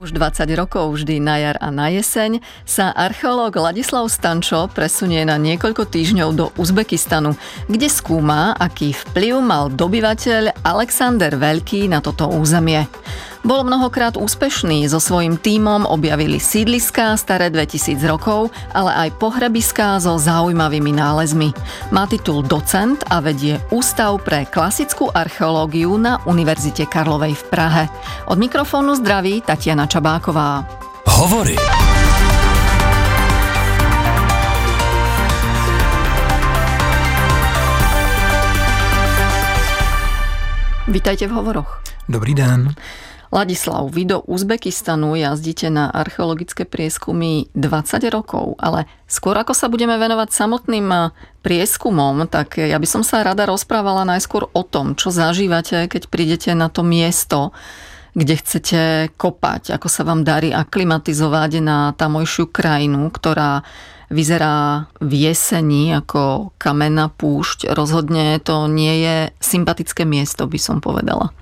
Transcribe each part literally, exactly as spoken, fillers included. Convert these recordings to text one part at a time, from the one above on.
Už dvadsať rokov vždy na jar a na jeseň sa archeológ Ladislav Stančo presunie na niekoľko týždňov do Uzbekistanu, kde skúma, aký vplyv mal dobyvateľ Alexander Veľký na toto územie. Bol mnohokrát úspešný, so svojím tímom objavili sídliská staré dvetisíc rokov, ale aj pohrebiská so zaujímavými nálezmi. Má titul docent a vedie Ústav pre klasickú archeológiu na Univerzite Karlovej v Prahe. Od mikrofónu zdraví Tatiana Čabáková. Hovory. Vítajte v hovoroch. Dobrý den. Ladislav, vy do Uzbekistanu jazdíte na archeologické prieskumy dvadsať rokov, ale skôr ako sa budeme venovať samotným prieskumom, tak ja by som sa rada rozprávala najskôr o tom, čo zažívate, keď prídete na to miesto, kde chcete kopať, ako sa vám darí aklimatizovať na tamojšiu krajinu, ktorá vyzerá v jeseni ako kamenná púšť. Rozhodne to nie je sympatické miesto, by som povedala.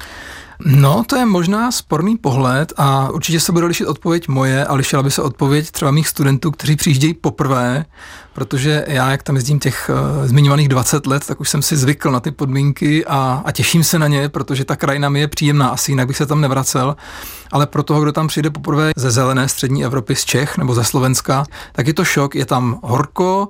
No, to je možná sporný pohled a určitě se bude lišit odpověď moje a lišila by se odpověď třeba mých studentů, kteří přijíždějí poprvé, protože já, jak tam jezdím těch uh, zmiňovaných dvacet let, tak už jsem si zvykl na ty podmínky a, a těším se na ně, protože ta krajina mi je příjemná, asi jinak bych se tam nevracel. Ale pro toho, kdo tam přijde poprvé ze zelené střední Evropy, z Čech nebo ze Slovenska, tak je to šok, je tam horko,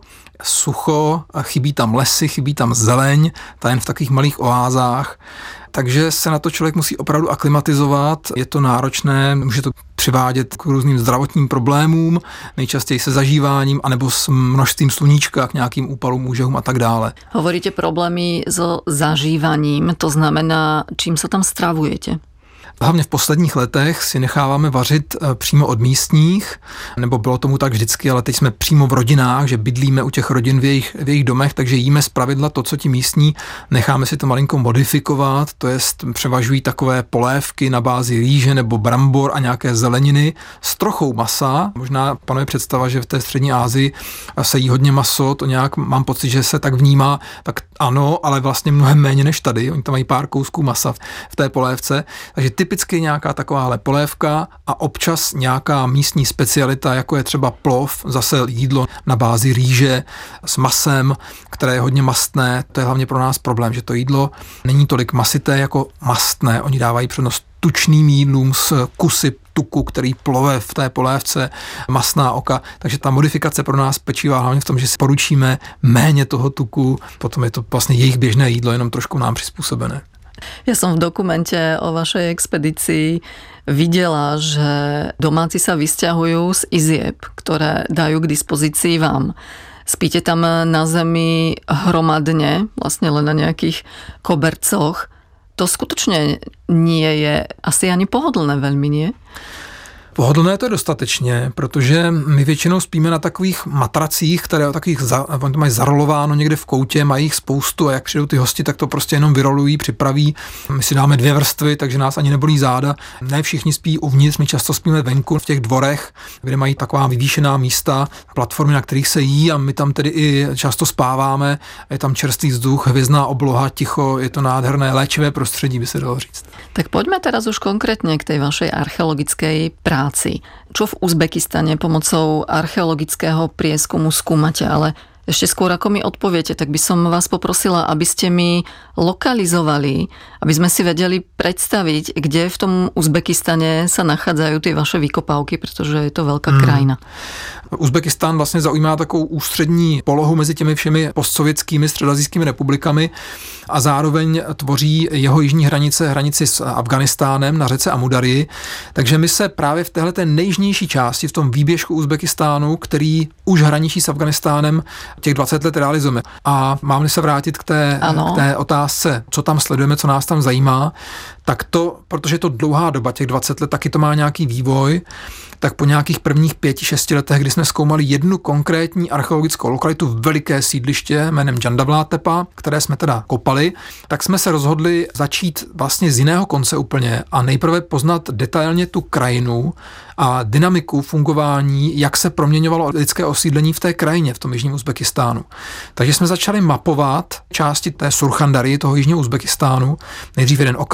sucho, chybí tam lesy, chybí tam zeleň, ta jen v takových malých oázách. Takže se na to člověk musí opravdu aklimatizovat, je to náročné, může to přivádět k různým zdravotním problémům, nejčastěji se zažíváním, anebo s množstvím sluníčka, k nějakým úpalům, úžehům a tak dále. Hovoríte problémy so zažívaním, to znamená, čím se tam stravujete? Hlavně v posledních letech si necháváme vařit přímo od místních, nebo bylo tomu tak vždycky, ale teď jsme přímo v rodinách, že bydlíme u těch rodin v jejich, v jejich domech, takže jíme zpravidla to, co ti místní, necháme si to malinko modifikovat, to jest převažují takové polévky na bázi rýže nebo brambor a nějaké zeleniny s trochou masa. Možná panuje představa, že v té střední Asii se jí hodně maso, to nějak mám pocit, že se tak vnímá, tak ano, ale vlastně mnohem méně než tady, oni tam mají pár kousků masa v té polévce, takže typicky nějaká takováhle polévka a občas nějaká místní specialita, jako je třeba plov, zase jídlo na bázi rýže s masem, které je hodně mastné. To je hlavně pro nás problém, že to jídlo není tolik masité jako mastné. Oni dávají přednost tučným jídlům s kusy tuku, který plove v té polévce, masná oka. Takže ta modifikace pro nás pečívá hlavně v tom, že si poručíme méně toho tuku, potom je to vlastně jejich běžné jídlo, jenom trošku nám přizpůsobené. Ja som v dokumente o vašej expedícii videla, že domáci sa vysťahujú z izieb, ktoré dajú k dispozícii vám. Spíte tam na zemi hromadne, vlastne len na nejakých kobercoch. To skutočne nie je asi ani pohodlné veľmi, nie? Pohodlné to je dostatečně, protože my většinou spíme na takových matracích, které takových za, oni to mají zarolováno někde v koutě, mají jich spoustu a jak přijdou ty hosti, tak to prostě jenom vyrolují, připraví. My si dáme dvě vrstvy, takže nás ani nebolí záda. Ne všichni spí uvnitř, my často spíme venku v těch dvorech, kde mají taková vyvýšená místa, platformy, na kterých se jí a my tam tedy i často spáváme. Je tam čerstvý vzduch, hvězdná obloha, ticho, je to nádherné léčivé prostředí, by se dalo říct. Tak poďme teraz už konkrétne k tej vašej archeologickej práci. Čo v Uzbekistane pomocou archeologického prieskumu skúmate, ale ešte skôr ako mi odpoviete, tak by som vás poprosila, aby ste mi lokalizovali, aby sme si vedeli predstaviť, kde v tom Uzbekistane sa nachádzajú tie vaše vykopávky, pretože je to veľká hmm. krajina. Uzbekistán vlastně zaujímá takovou ústřední polohu mezi těmi všemi postsovětskými středoasijskými republikami a zároveň tvoří jeho jižní hranice hranici s Afganistánem na řece Amudarji. Takže my se právě v téhleté nejjižnější části, v tom výběžku Uzbekistánu, který už hraničí s Afganistánem, těch dvacet let realizujeme. A mám-li se vrátit k té, k té otázce, co tam sledujeme, co nás tam zajímá, tak to, protože je to dlouhá doba, těch dvacet let, taky to má nějaký vývoj, tak po nějakých prvních pěti, šesti letech, kdy jsme zkoumali jednu konkrétní archeologickou lokalitu, veliké sídliště jménem Jandavlá Tepa, které jsme teda kopali, tak jsme se rozhodli začít vlastně z jiného konce úplně a nejprve poznat detailně tu krajinu a dynamiku fungování, jak se proměňovalo lidské osídlení v té krajině, v tom jižním Uzbekistánu. Takže jsme začali mapovat části té Surchandarii, toho jižního Uzbekistánu, nejdřív jeden okres, potom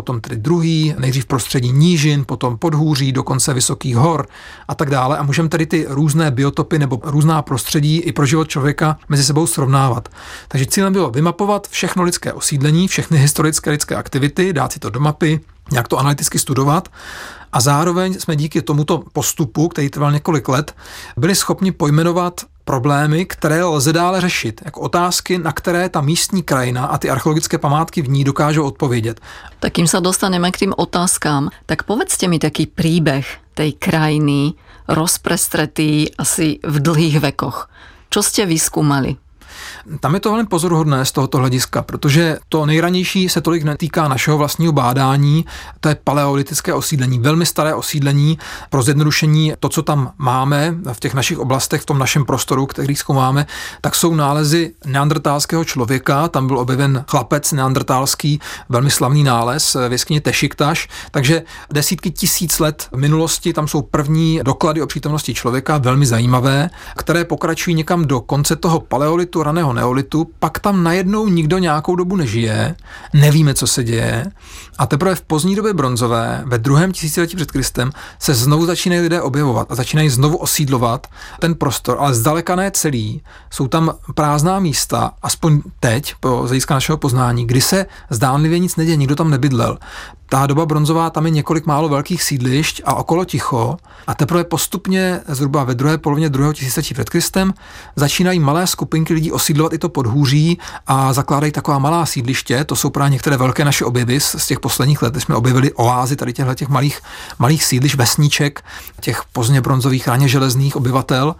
potom tedy druhý, nejdřív prostředí nížin, potom podhůří, dokonce vysokých hor a tak dále. A můžeme tedy ty různé biotopy nebo různá prostředí i pro život člověka mezi sebou srovnávat. Takže cílem bylo vymapovat všechno lidské osídlení, všechny historické lidské aktivity, dát si to do mapy, nějak to analyticky studovat. A zároveň jsme díky tomuto postupu, který trval několik let, byli schopni pojmenovat problémy, které lze dále řešit, jako otázky, na které ta místní krajina a ty archeologické památky v ní dokážou odpovědět. Tak kým sa dostaneme k tým otázkám, tak povedzte mi taký príbeh tej krajiny, rozprestretý asi v dlhých vekoch. Čo ste vyskúmali? Tam je to velmi pozoruhodné z tohoto hlediska, protože to nejranější se tolik netýká našeho vlastního bádání, to je paleolitické osídlení, velmi staré osídlení. Pro zjednodušení to, co tam máme v těch našich oblastech, v tom našem prostoru, který zkoumáme, tak jsou nálezy neandertálského člověka, tam byl objeven chlapec neandertálský, velmi slavný nález v jeskyni Tešiktaš, takže desítky tisíc let v minulosti, tam jsou první doklady o přítomnosti člověka, velmi zajímavé, které pokračují někam do konce toho paleolitu, raného neolitu, pak tam najednou nikdo nějakou dobu nežije, nevíme, co se děje a teprve v pozdní době bronzové, ve druhém tisíciletí před Kristem, se znovu začínají lidé objevovat a začínají znovu osídlovat ten prostor, ale zdaleka ne celý. Jsou tam prázdná místa, aspoň teď, po hlediska našeho poznání, kdy se zdánlivě nic neděje, nikdo tam nebydlel. Ta doba bronzová, tam je několik málo velkých sídlišť a okolo ticho a teprve postupně zhruba ve druhé polovině druhého tisíciletí před Kristem začínají malé skupinky lidí osídlovat i to podhůří a zakládají taková malá sídliště, to jsou právě některé velké naše objevy z těch posledních let, kdy jsme objevili oázy tady těchto těch malých, malých sídlišť, vesníček, těch pozdně bronzových, raně železných obyvatel.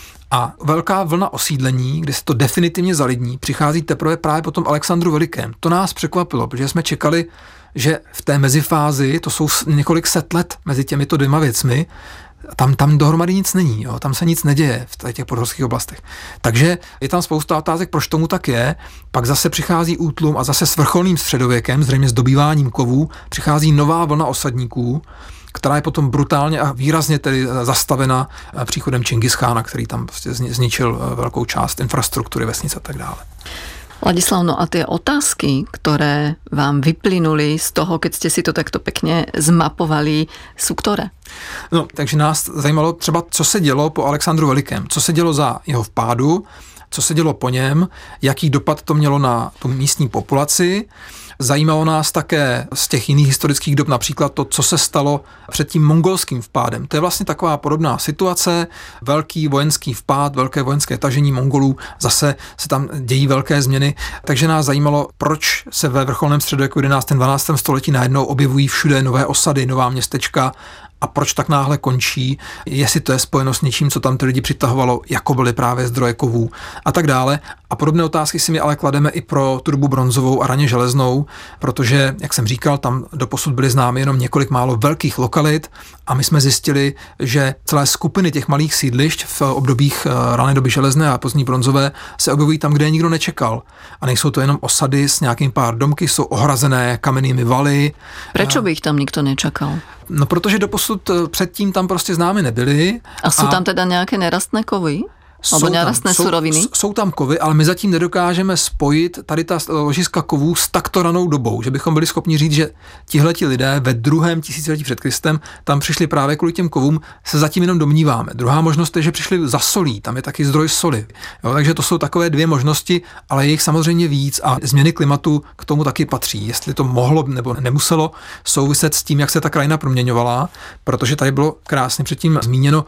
A velká vlna osídlení, kde se to definitivně zalidní, přichází teprve právě po tom Alexandru Velikém. To nás překvapilo, protože jsme čekali, že v té mezifázi, to jsou několik set let mezi těmito dvěma věcmi, tam, tam dohromady nic není, jo? Tam se nic neděje v těch podhorských oblastech. Takže je tam spousta otázek, proč tomu tak je, pak zase přichází útlum a zase s vrcholným středověkem, zřejmě s dobýváním kovů, přichází nová vlna osadníků, která je potom brutálně a výrazně tedy zastavena příchodem Čingischána, který tam prostě zničil velkou část infrastruktury, vesnic a tak dále. Ladislav, no a tie otázky, ktoré vám vyplynuli z toho, keď ste si to takto pekne zmapovali, sú ktoré? No, takže nás zajímalo třeba, co se dělo po Alexandru Velikém, co se dělo za jeho vpádu, co se dělo po něm, jaký dopad to mělo na tu místní populaci. Zajímalo nás také z těch jiných historických dob například to, co se stalo před tím mongolským vpádem. To je vlastně taková podobná situace, velký vojenský vpád, velké vojenské tažení Mongolů, zase se tam dějí velké změny, takže nás zajímalo, proč se ve vrcholném středověku jedenáctém dvanáctém století najednou objevují všude nové osady, nová městečka, a proč tak náhle končí, jestli to je spojeno s něčím, co tam ty lidi přitahovalo, jako byly právě zdroje kovů a tak dále. A podobné otázky si my ale klademe i pro tu dobu bronzovou a raně železnou, protože, jak jsem říkal, tam doposud byly známy jenom několik málo velkých lokalit a my jsme zjistili, že celé skupiny těch malých sídlišť v obdobích rané doby železné a pozdní bronzové se objevují tam, kde je nikdo nečekal. A nejsou to jenom osady s nějakým pár domky, jsou ohrazené kamennými valy. Prečo by ich tam nikto nečakal? No, protože doposud předtím tam prostě známy nebyly. A jsou a tam teda nějaké nerastné kovy? Alebo nerastné jsou, suroviny? Jsou tam kovy, ale my zatím nedokážeme spojit tady ta ložiska kovů s takto ranou dobou, že bychom byli schopni říct, že tihleti lidé ve druhém tisíciletí před Kristem tam přišli právě kvůli těm kovům, se zatím jenom domníváme. Druhá možnost je, že přišli za solí, tam je taky zdroj soli. Jo, takže to jsou takové dvě možnosti, ale je jich samozřejmě víc a změny klimatu k tomu taky patří. Jestli to mohlo nebo nemuselo souviset s tím, jak se ta krajina proměňovala, protože tady bylo krásně předtím zmíněno,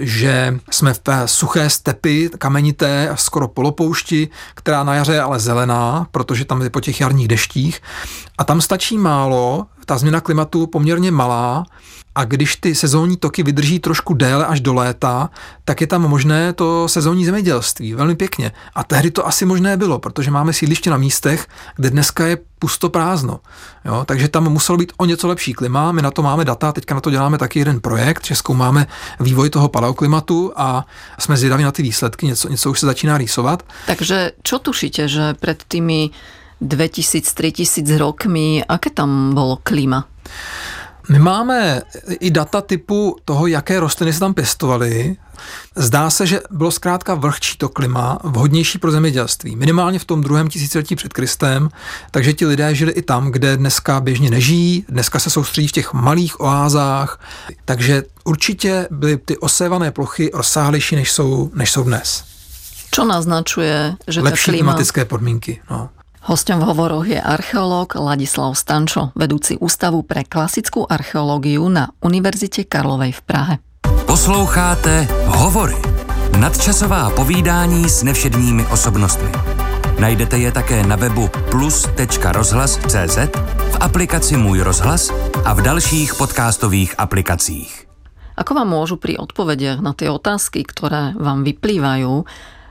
že jsme v suché stepy kamenité a skoro polopoušti, která na jaře je ale zelená, protože tam je po těch jarních deštích. A tam stačí málo, ta změna klimatu poměrně malá, a když ty sezónní toky vydrží trošku déle až do léta, tak je tam možné to sezónní zemědělství, velmi pěkně. A tehdy to asi možné bylo, protože máme sídliště na místech, kde dneska je pusto prázdno. Jo, takže tam muselo být o něco lepší klima, my na to máme data, teďka na to děláme taky jeden projekt, že zkoumáme vývoj toho paleoklimatu a jsme zvědaví na ty výsledky, něco, něco už se začíná rýsovat. Takže čo tušíte, že před tými dvetisíc, tritisíc rokmi, aké tam bylo klima? My máme i data typu toho, jaké rostliny se tam pěstovaly. Zdá se, že bylo zkrátka vlhčí to klima, vhodnější pro zemědělství. Minimálně v tom druhém tisíciletí před Kristem, takže ti lidé žili i tam, kde dneska běžně nežijí, dneska se soustředí v těch malých oázách, takže určitě byly ty osévané plochy rozsáhlejší, než jsou, než jsou dnes. Čo naznačuje, že lepší klima... klimatické podmínky, no. Hosťom v hovoroch je archeológ Ladislav Stančo, vedúci Ústavu pre klasickú archeológiu na Univerzite Karlovej v Prahe. Posloucháte Hovory. Nadčasová povídání s nevšedními osobnostmi. Najdete je také na webu plus tečka rozhlas tečka cé zet, v aplikaci Můj rozhlas a v dalších podcastových aplikacích. Ako vám môžu pri odpovediach na tie otázky, ktoré vám vyplývajú,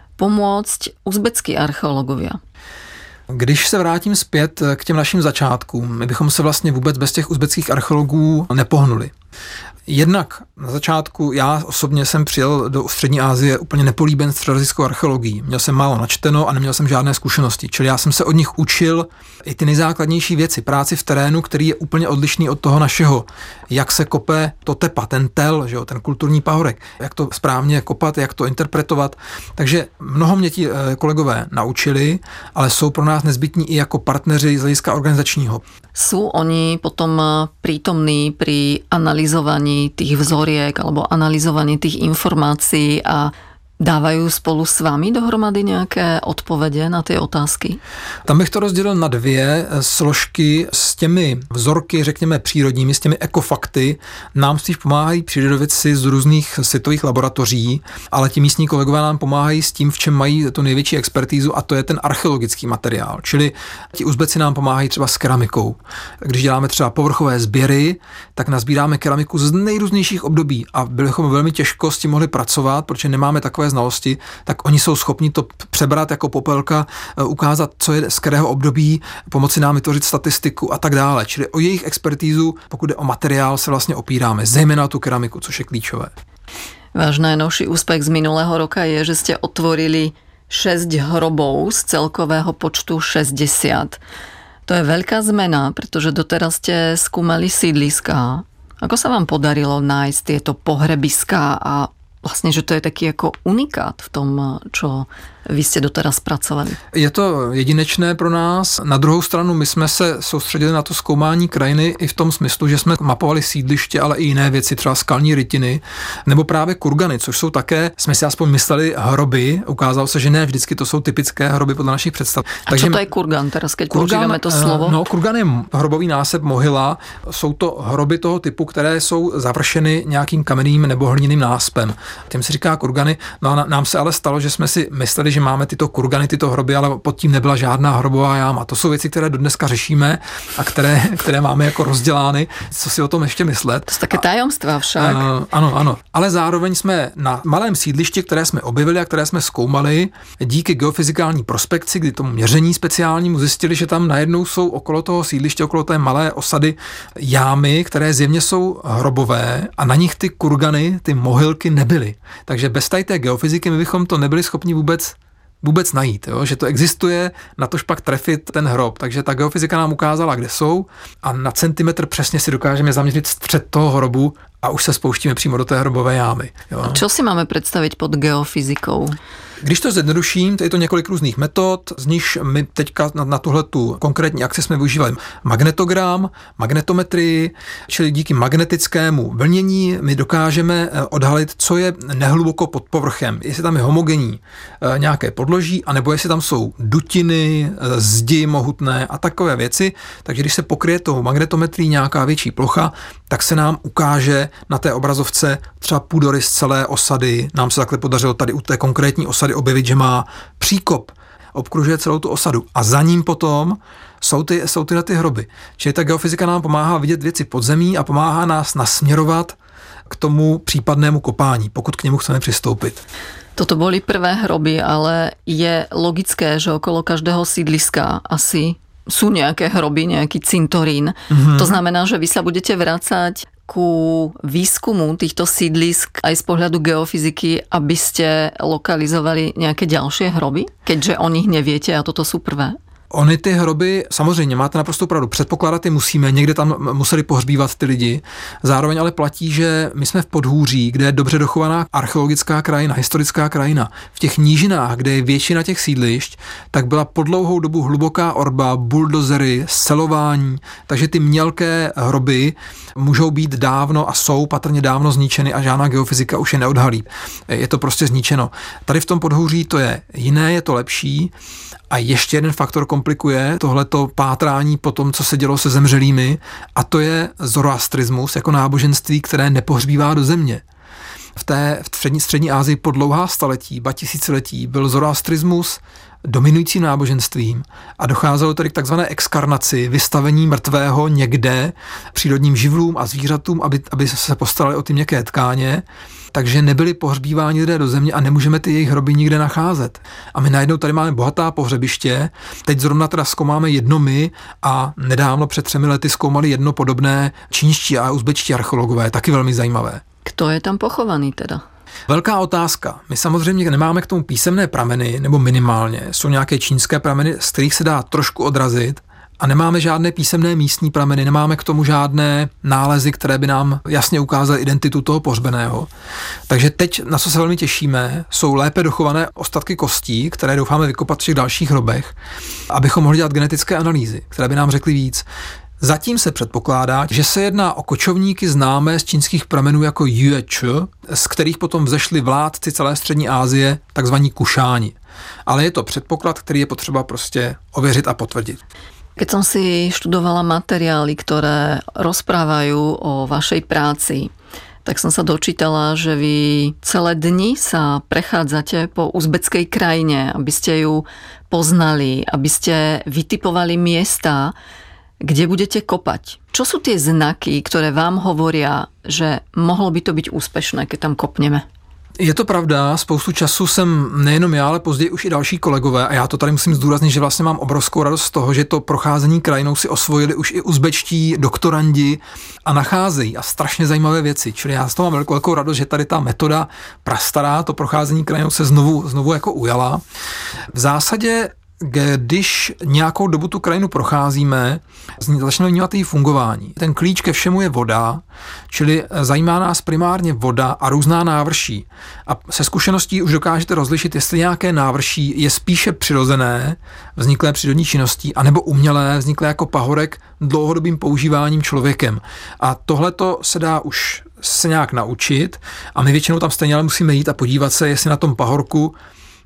pomôcť uzbeckí archeológovia? Když se vrátím zpět k těm našim začátkům, my bychom se vlastně vůbec bez těch uzbeckých archeologů nepohnuli. Jednak na začátku já osobně jsem přijel do Střední Asie úplně nepolíben středoazijskou archeologií. Měl jsem málo načteno a neměl jsem žádné zkušenosti. Čili já jsem se od nich učil i ty nejzákladnější věci, práci v terénu, který je úplně odlišný od toho našeho. Jak se kope to tepa, ten tel, že jo, ten kulturní pahorek, jak to správně kopat, jak to interpretovat. Takže mnoho mě ti kolegové naučili, ale jsou pro nás nezbytní i jako partneři z hlediska organizačního. Sú oni potom prítomní pri analyzovaní tých vzoriek alebo analyzovaní tých informácií a dávajú spolu s vámi dohromady nějaké odpovede na ty otázky? Tam bych to rozdělil na dvě složky. S těmi vzorky, řekněme přírodními, s těmi ekofakty nám spíš pomáhají přírodovědci z různých světových laboratoří, ale ti místní kolegové nám pomáhají s tím, v čem mají tu největší expertízu, a to je ten archeologický materiál. Čili ti Uzbeci nám pomáhají třeba s keramikou. Když děláme třeba povrchové sběry, tak nazbíráme keramiku z nejrůznějších období a bychom velmi těžko s tím mohli pracovat, protože nemáme takové znalosti, tak oni jsou schopni to přebrat jako popelka, ukázat, co je z kterého období, pomoci nám vytvořit statistiku a tak dále. Čili o jejich expertízu, pokud jde o materiál, se vlastně opíráme, zejména tu keramiku, což je klíčové. Váš najnovší úspech z minulého roka je, že ste otvorili šesť hrobov z celkového počtu šesťdesiat. To je veľká zmena, pretože doteraz ste skúmali sídliská. Ako sa vám podarilo nájsť tieto pohrebiská a vlastně, že to je taky jako unikát v tom, čo vy jste doteraz pracovali. Je to jedinečné pro nás. Na druhou stranu my jsme se soustředili na to zkoumání krajiny i v tom smyslu, že jsme mapovali sídliště, ale i jiné věci, třeba skalní rytiny, nebo právě kurgany, což jsou také, jsme si aspoň mysleli, hroby. Ukázalo se, že ne vždycky to jsou typické hroby podle našich představ. A Takže co to je kurgan, teraz, keď kurgan, používáme to slovo? No, kurgan je hrobový násep, mohyla. Jsou to hroby toho typu, které jsou završeny nějakým kamenným nebo hliněným náspem. Tím se říká kurgany. No a nám se ale stalo, že jsme si mysleli, že máme tyto kurgany, tyto hroby, ale pod tím nebyla žádná hrobová jáma. To jsou věci, které do dneska řešíme a které, které máme jako rozdělány. Co si o tom ještě myslet? To jsou také tajemstva však. Uh, ano, ano. Ale zároveň jsme na malém sídlišti, které jsme objevili a které jsme zkoumali, díky geofyzikální prospekci, kdy tomu měření speciálnímu zjistili, že tam najednou jsou okolo toho sídliště, okolo té malé osady jámy, které zjevně jsou hrobové a na nich ty kurgany, ty mohylky nebyly. Takže bez té geofyziky my bychom to nebyli schopni vůbec vůbec najít, jo? Že to existuje, na tož pak trefit ten hrob. Takže ta geofyzika nám ukázala, kde jsou a na centimetr přesně si dokážeme zaměřit střed toho hrobu a už se spouštíme přímo do té hrobové jámy. Jo? A čo si máme představit pod geofyzikou? Když to zjednoduším, to je to několik různých metod, z nichž my teďka na, na tuhletu konkrétní akci jsme využívali magnetogram, magnetometrii, čili díky magnetickému vlnění my dokážeme odhalit, co je nehluboko pod povrchem. Jestli tam je homogenní nějaké podloží, anebo jestli tam jsou dutiny, zdi mohutné a takové věci. Takže když se pokryje tou magnetometrií nějaká větší plocha, tak se nám ukáže na té obrazovce třeba půdorys celé osady. Nám se takhle podařilo tady u té konkrétní osady objevit, že má příkop, obkružuje celou tu osadu a za ním potom jsou, ty, jsou tyhle ty hroby. Čili ta geofyzika nám pomáhá vidět věci pod zemí a pomáhá nás nasměrovat k tomu případnému kopání, pokud k němu chceme přistoupit. Toto boli prvé hroby, ale je logické, že okolo každého sídliska asi sú nejaké hroby, nejaký cintorín. Mm-hmm. To znamená, že vy sa budete vracať ku výskumu týchto sídlisk aj z pohľadu geofyziky, aby ste lokalizovali nejaké ďalšie hroby, keďže o nich neviete a toto sú prvé? Ony ty hroby, samozřejmě máte naprosto pravdu, předpokládat je musíme, někde tam museli pohřbívat ty lidi. Zároveň ale platí, že my jsme v podhůří, kde je dobře dochovaná archeologická krajina, historická krajina. V těch nížinách, kde je většina těch sídlišť, tak byla po dlouhou dobu hluboká orba, buldozery, selování, takže ty mělké hroby můžou být dávno a jsou patrně dávno zničeny a žádná geofyzika už je neodhalí. Je to prostě zničeno. Tady v tom podhůří to je jiné, je to lepší. A ještě jeden faktor komplikuje tohleto pátrání po tom, co se dělo se zemřelými, a to je zoroastrismus jako náboženství, které nepohřbívá do země. V té v střední, střední Asii po dlouhá staletí, ba tisíciletí byl zoroastrismus dominujícím náboženstvím a docházelo tedy k takzvané exkarnaci, vystavení mrtvého někde přírodním živlům a zvířatům, aby, aby se postarali o ty měkké tkáně, takže nebyli pohřbíváni lidé do země a nemůžeme ty jejich hroby nikde nacházet. A my najednou tady máme bohatá pohřebiště, teď zrovna teda zkoumáme jedno my a nedávno před třemi lety zkoumali jedno podobné čínští a uzbečtí archeologové, taky velmi zajímavé. Kto je tam pochovaný teda? Velká otázka. My samozřejmě nemáme k tomu písemné prameny, nebo minimálně. Jsou nějaké čínské prameny, z kterých se dá trošku odrazit, a nemáme žádné písemné místní prameny, nemáme k tomu žádné nálezy, které by nám jasně ukázaly identitu toho pohřbeného. Takže teď, na co se velmi těšíme, jsou lépe dochované ostatky kostí, které doufáme vykopat v těch dalších hrobech, abychom mohli dělat genetické analýzy, které by nám řekly víc. Zatím se předpokládá, že se jedná o kočovníky známé z čínských pramenů jako Yueč, z kterých potom vzešli vládci celé střední Asie, takzvaní Kušáni. Ale je to předpoklad, který je potřeba prostě ověřit a potvrdit. Keď som si študovala materiály, ktoré rozprávajú o vašej práci, tak som sa dočítala, že vy celé dni sa prechádzate po uzbeckej krajine, aby ste ju poznali, aby ste vytipovali miesta, kde budete kopať. Čo sú tie znaky, ktoré vám hovoria, že mohlo by to byť úspešné, keď tam kopneme? Je to pravda, spoustu času jsem nejenom já, ale později už i další kolegové, a já to tady musím zdůraznit, že vlastně mám obrovskou radost z toho, že to procházení krajinou si osvojili už i uzbečtí doktorandi a nacházejí a strašně zajímavé věci. Čili já z toho mám velkou, velkou radost, že tady ta metoda prastará, to procházení krajinou se znovu, znovu jako ujala. V zásadě když nějakou dobu tu krajinu procházíme, začneme vnímat její fungování. Ten klíč ke všemu je voda, čili zajímá nás primárně voda a různá návrší. A se zkušeností už dokážete rozlišit, jestli nějaké návrší je spíše přirozené, vzniklé přírodní činností, anebo umělé, vzniklé jako pahorek dlouhodobým používáním člověkem. A tohleto se dá už se nějak naučit a my většinou tam stejně ale musíme jít a podívat se, jestli na tom pahorku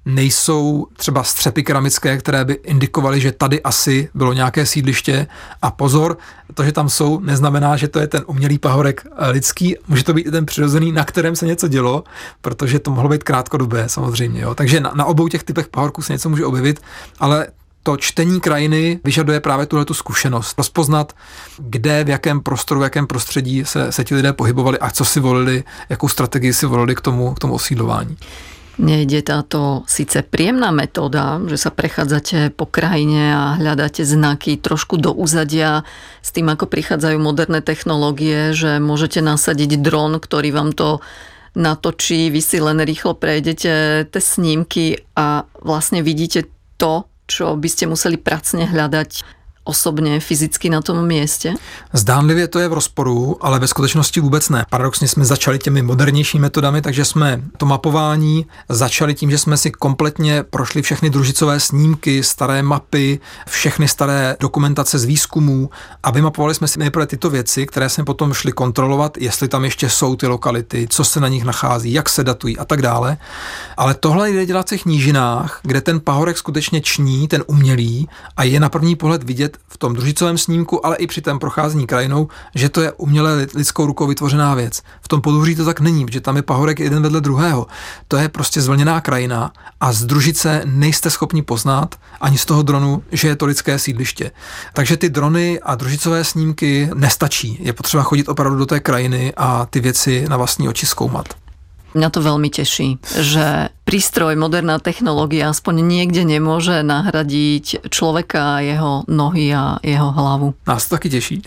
nejsou třeba střepy keramické, které by indikovaly, že tady asi bylo nějaké sídliště. A pozor, to, že tam jsou, neznamená, že to je ten umělý pahorek lidský, může to být i ten přirozený, na kterém se něco dělo, protože to mohlo být krátkodobé samozřejmě. Jo. Takže na, na obou těch typech pahorků se něco může objevit, ale to čtení krajiny vyžaduje právě tuhletu zkušenost. Rozpoznat, kde, v jakém prostoru, v jakém prostředí se, se ti lidé pohybovali a co si volili, jakou strategii si volili k tomu, k tomu osídlování. Nejde táto síce príjemná metóda, že sa prechádzate po krajine a hľadáte znaky trošku do úzadia s tým, ako prichádzajú moderné technológie, že môžete nasadiť dron, ktorý vám to natočí, vy si len rýchlo prejdete tie snímky a vlastne vidíte to, čo by ste museli pracne hľadať osobně, fyzicky na tom místě? Zdánlivě to je v rozporu, ale ve skutečnosti vůbec ne. Paradoxně jsme začali těmi modernějšími metodami, takže jsme to mapování začali tím, že jsme si kompletně prošli všechny družicové snímky, staré mapy, všechny staré dokumentace z výzkumů a vymapovali jsme si nejprve tyto věci, které jsme potom šli kontrolovat, jestli tam ještě jsou ty lokality, co se na nich nachází, jak se datují a tak dále. Ale tohle jde dělat v těch nížinách, kde ten pahorek skutečně ční, ten umělý, a je na první pohled vidět v tom družicovém snímku, ale i při tom procházení krajinou, že to je uměle lidskou rukou vytvořená věc. V tom podhůří to tak není, protože tam je pahorek jeden vedle druhého. To je prostě zvlněná krajina a z družice nejste schopni poznat ani z toho dronu, že je to lidské sídliště. Takže ty drony a družicové snímky nestačí. Je potřeba chodit opravdu do té krajiny a ty věci na vlastní oči zkoumat. Mňa to veľmi teší, že prístroj, moderná technológia aspoň niekde nemôže nahradiť človeka, jeho nohy a jeho hlavu. Nás to taky teší.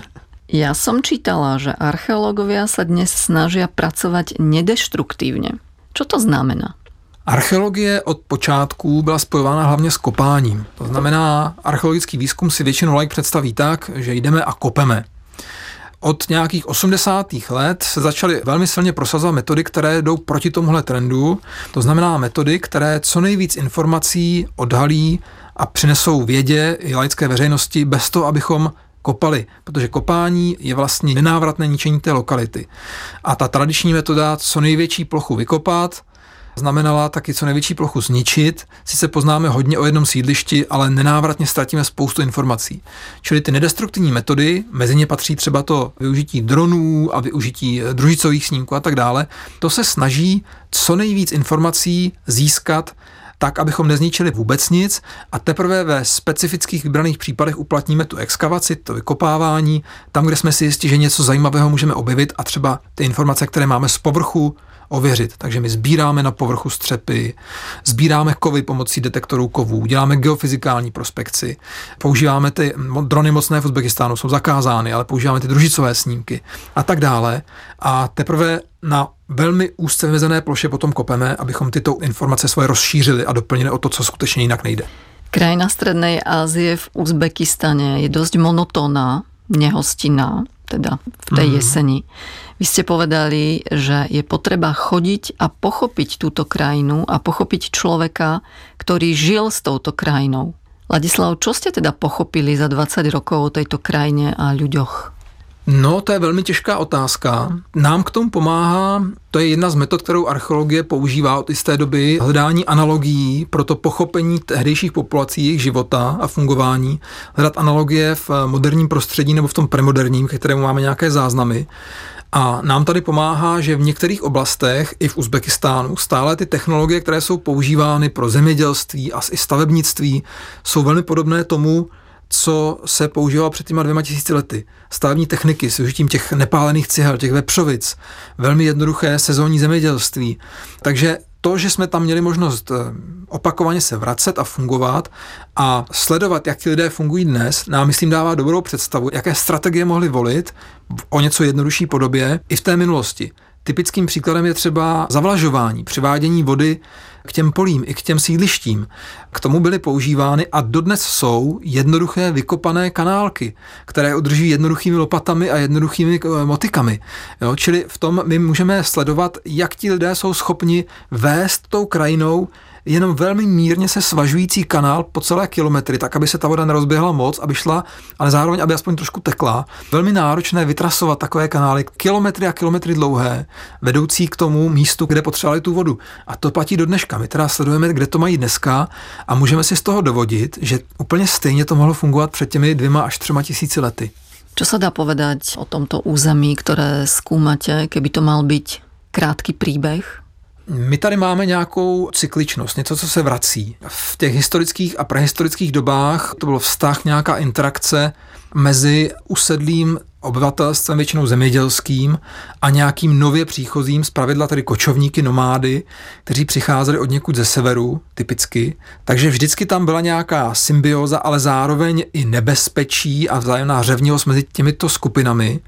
Ja som čítala, že archeológovia sa dnes snažia pracovať nedeštruktívne. Čo to znamená? Archeologie od počátků byla spojována hlavně s kopáním. To znamená, archeologický výzkum si většinou laik představí tak, že jdeme a kopeme. Od nějakých osmdesátých let se začaly velmi silně prosazovat metody, které jdou proti tomuhle trendu. To znamená metody, které co nejvíc informací odhalí a přinesou vědě i laické veřejnosti bez toho, abychom kopali, protože kopání je vlastně nenávratné ničení té lokality. A ta tradiční metoda co největší plochu vykopat znamenala taky co největší plochu zničit. Sice poznáme hodně o jednom sídlišti, ale nenávratně ztratíme spoustu informací. Čili ty nedestruktivní metody, mezi ně patří třeba to využití dronů a využití družicových snímků a tak dále, to se snaží co nejvíc informací získat tak, abychom nezničili vůbec nic a teprve ve specifických vybraných případech uplatníme tu exkavaci, to vykopávání, tam, kde jsme si jistí, že něco zajímavého můžeme objevit a třeba ty informace, které máme z povrchu, ověřit. Takže my sbíráme na povrchu střepy, sbíráme kovy pomocí detektorů kovů, děláme geofyzikální prospekci, používáme ty drony mocné v Uzbekistánu, jsou zakázány, ale používáme ty družicové snímky a tak dále. A teprve na velmi úzce vymezené ploše potom kopeme, abychom tyto informace svoje rozšířili a doplnili o to, co skutečně jinak nejde. Krajina Strednej Ázie v Uzbekistane je dosť monotónna, nehostinná, teda v tej mm. jeseni. Vy ste povedali, že je potreba chodiť a pochopiť túto krajinu a pochopiť človeka, ktorý žil s touto krajinou. Ladislav, čo ste teda pochopili za dvadsať rokov o tejto krajine a ľuďoch? No, to je velmi těžká otázka. Nám k tomu pomáhá, to je jedna z metod, kterou archeologie používá od jisté doby, hledání analogií pro to pochopení tehdejších populací, jejich života a fungování, hledat analogie v moderním prostředí nebo v tom premoderním, ke kterému máme nějaké záznamy. A nám tady pomáhá, že v některých oblastech, i v Uzbekistánu, stále ty technologie, které jsou používány pro zemědělství a i stavebnictví, jsou velmi podobné tomu, co se používalo před těma dvěma tisíci lety. Stavební techniky s využitím těch nepálených cihel, těch vepřovic, velmi jednoduché sezónní zemědělství. Takže to, že jsme tam měli možnost opakovaně se vracet a fungovat a sledovat, jak ti lidé fungují dnes, nám myslím dává dobrou představu, jaké strategie mohli volit o něco jednodušší podobě i v té minulosti. Typickým příkladem je třeba zavlažování, přivádění vody k těm polím i k těm sídlištím. K tomu byly používány a dodnes jsou jednoduché vykopané kanálky, které udržují jednoduchými lopatami a jednoduchými motikami. Jo, čili v tom my můžeme sledovat, jak ti lidé jsou schopni vést tou krajinou jenom velmi mírně se svažující kanál po celé kilometry, tak aby se ta voda nerozběhla moc, aby šla, ale zároveň, aby aspoň trošku tekla. Velmi náročné vytrasovat takové kanály, kilometry a kilometry dlouhé, vedoucí k tomu místu, kde potřebovali tu vodu. A to platí do dneška. My teda sledujeme, kde to mají dneska a můžeme si z toho dovodit, že úplně stejně to mohlo fungovat před těmi dvěma až třema tisíci lety. Čo sa dá povedať o tomto území, ktoré skúmate, keby to mal byť krátky príbeh? My tady máme nějakou cykličnost, něco, co se vrací. V těch historických a prehistorických dobách to byl vztah, nějaká interakce mezi usedlým obyvatelstvem, většinou zemědělským, a nějakým nově příchozím, zpravidla tedy kočovníky, nomády, kteří přicházeli od někud ze severu, typicky. Takže vždycky tam byla nějaká symbioza, ale zároveň i nebezpečí a vzájemná řevnivost mezi těmito skupinami.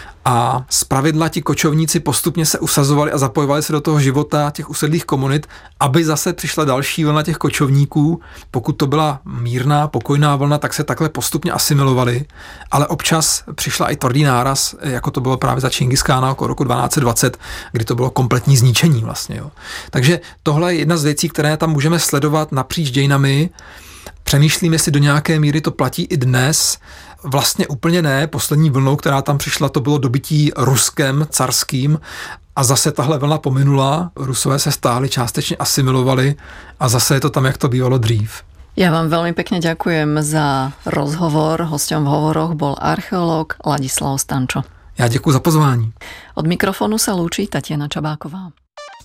A zpravidla ti kočovníci postupně se usazovali a zapojovali se do toho života těch usedlých komunit, aby zase přišla další vlna těch kočovníků. Pokud to byla mírná, pokojná vlna, tak se takhle postupně asimilovali, ale občas přišla i tvrdý náraz, jako to bylo právě za Čingischána okolo roku dvanáct dvacet, kdy to bylo kompletní zničení vlastně. Jo. Takže tohle je jedna z věcí, které tam můžeme sledovat napříč dějinami. Přemýšlím, jestli do nějaké míry to platí i dnes. Vlastně úplně ne. Poslední vlnou, která tam přišla, to bylo dobytí Ruskem carským a zase tahle vlna pominula. Rusové se stáhli, částečně asimilovali a zase je to tam, jak to bývalo dřív. Ja vám veľmi pekne ďakujem za rozhovor. Hosťom v hovoroch bol archeológ Ladislav Stančo. Já děkuji za pozvání. Od mikrofonu sa lúči Tatiana Čabáková.